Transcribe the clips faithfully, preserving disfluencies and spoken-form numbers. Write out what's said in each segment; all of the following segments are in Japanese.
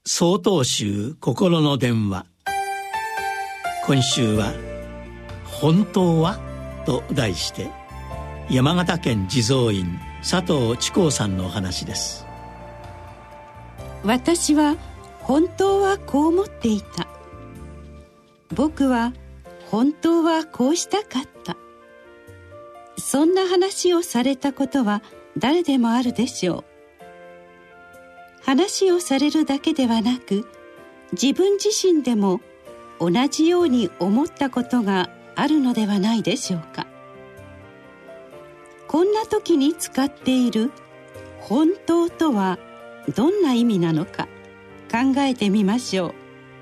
曹洞宗心の電話。今週は本当はと題して、山形県地蔵院佐藤智光さんのお話です。 私は本当はこう思っていた。僕は本当はこうしたかった。そんな話をされたことは誰でもあるでしょう。話をされるだけではなく、自分自身でも同じように思ったことがあるのではないでしょうか。こんな時に使っている本当とはどんな意味なのか考えてみましょう。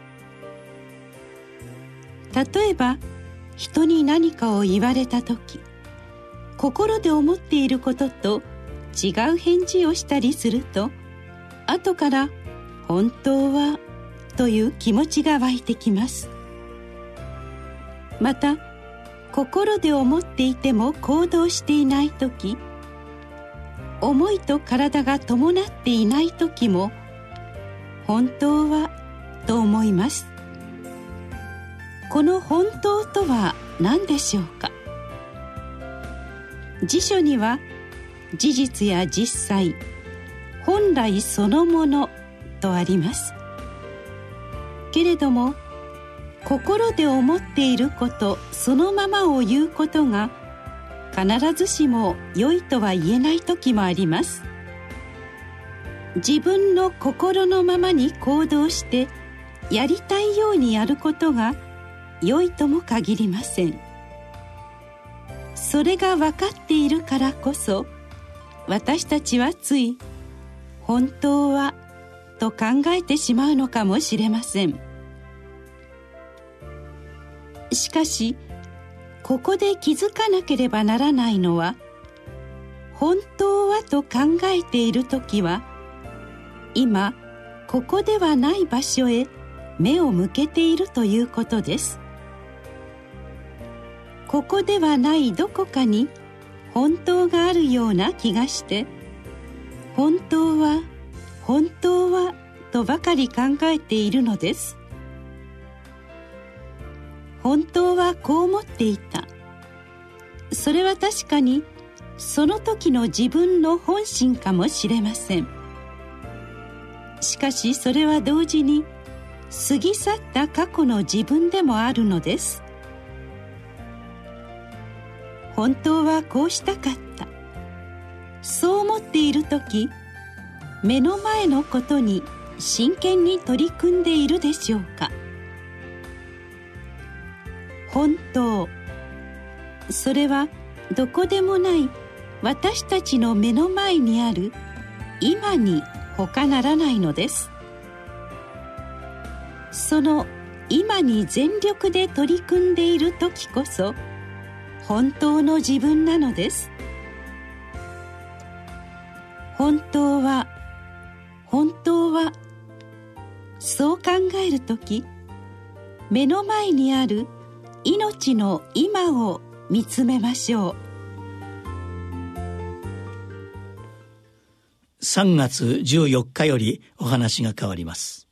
例えば、人に何かを言われた時、心で思っていることと違う返事をしたりすると、後から本当はという気持ちが湧いてきます。また、心で思っていても行動していないとき、思いと体が伴っていないときも、本当はと思います。この本当とは何でしょうか。辞書には、事実や実際、本来そのものとあります。けれども、心で思っていることそのままを言うことが必ずしも良いとは言えない時もあります。自分の心のままに行動してやりたいようにやることが良いとも限りません。それが分かっているからこそ、私たちはつい本当はと考えてしまうのかもしれません。しかし、ここで気づかなければならないのは、本当はと考えているときは、今ここではない場所へ目を向けているということです。ここではないどこかに本当があるような気がして、本当は本当はとばかり考えているのです。本当はこう思っていた。それは確かにその時の自分の本心かもしれません。しかし、それは同時に過ぎ去った過去の自分でもあるのです。本当はこうしたかった。そう思っている時、目の前のことに真剣に取り組んでいるでしょうか。本当、それはどこでもない私たちの目の前にある今に他ならないのです。その今に全力で取り組んでいる時こそ本当の自分なのです。本当は本当はそう考えるとき、目の前にある命の今を見つめましょう。さんがつじゅうよっかよりお話が変わります。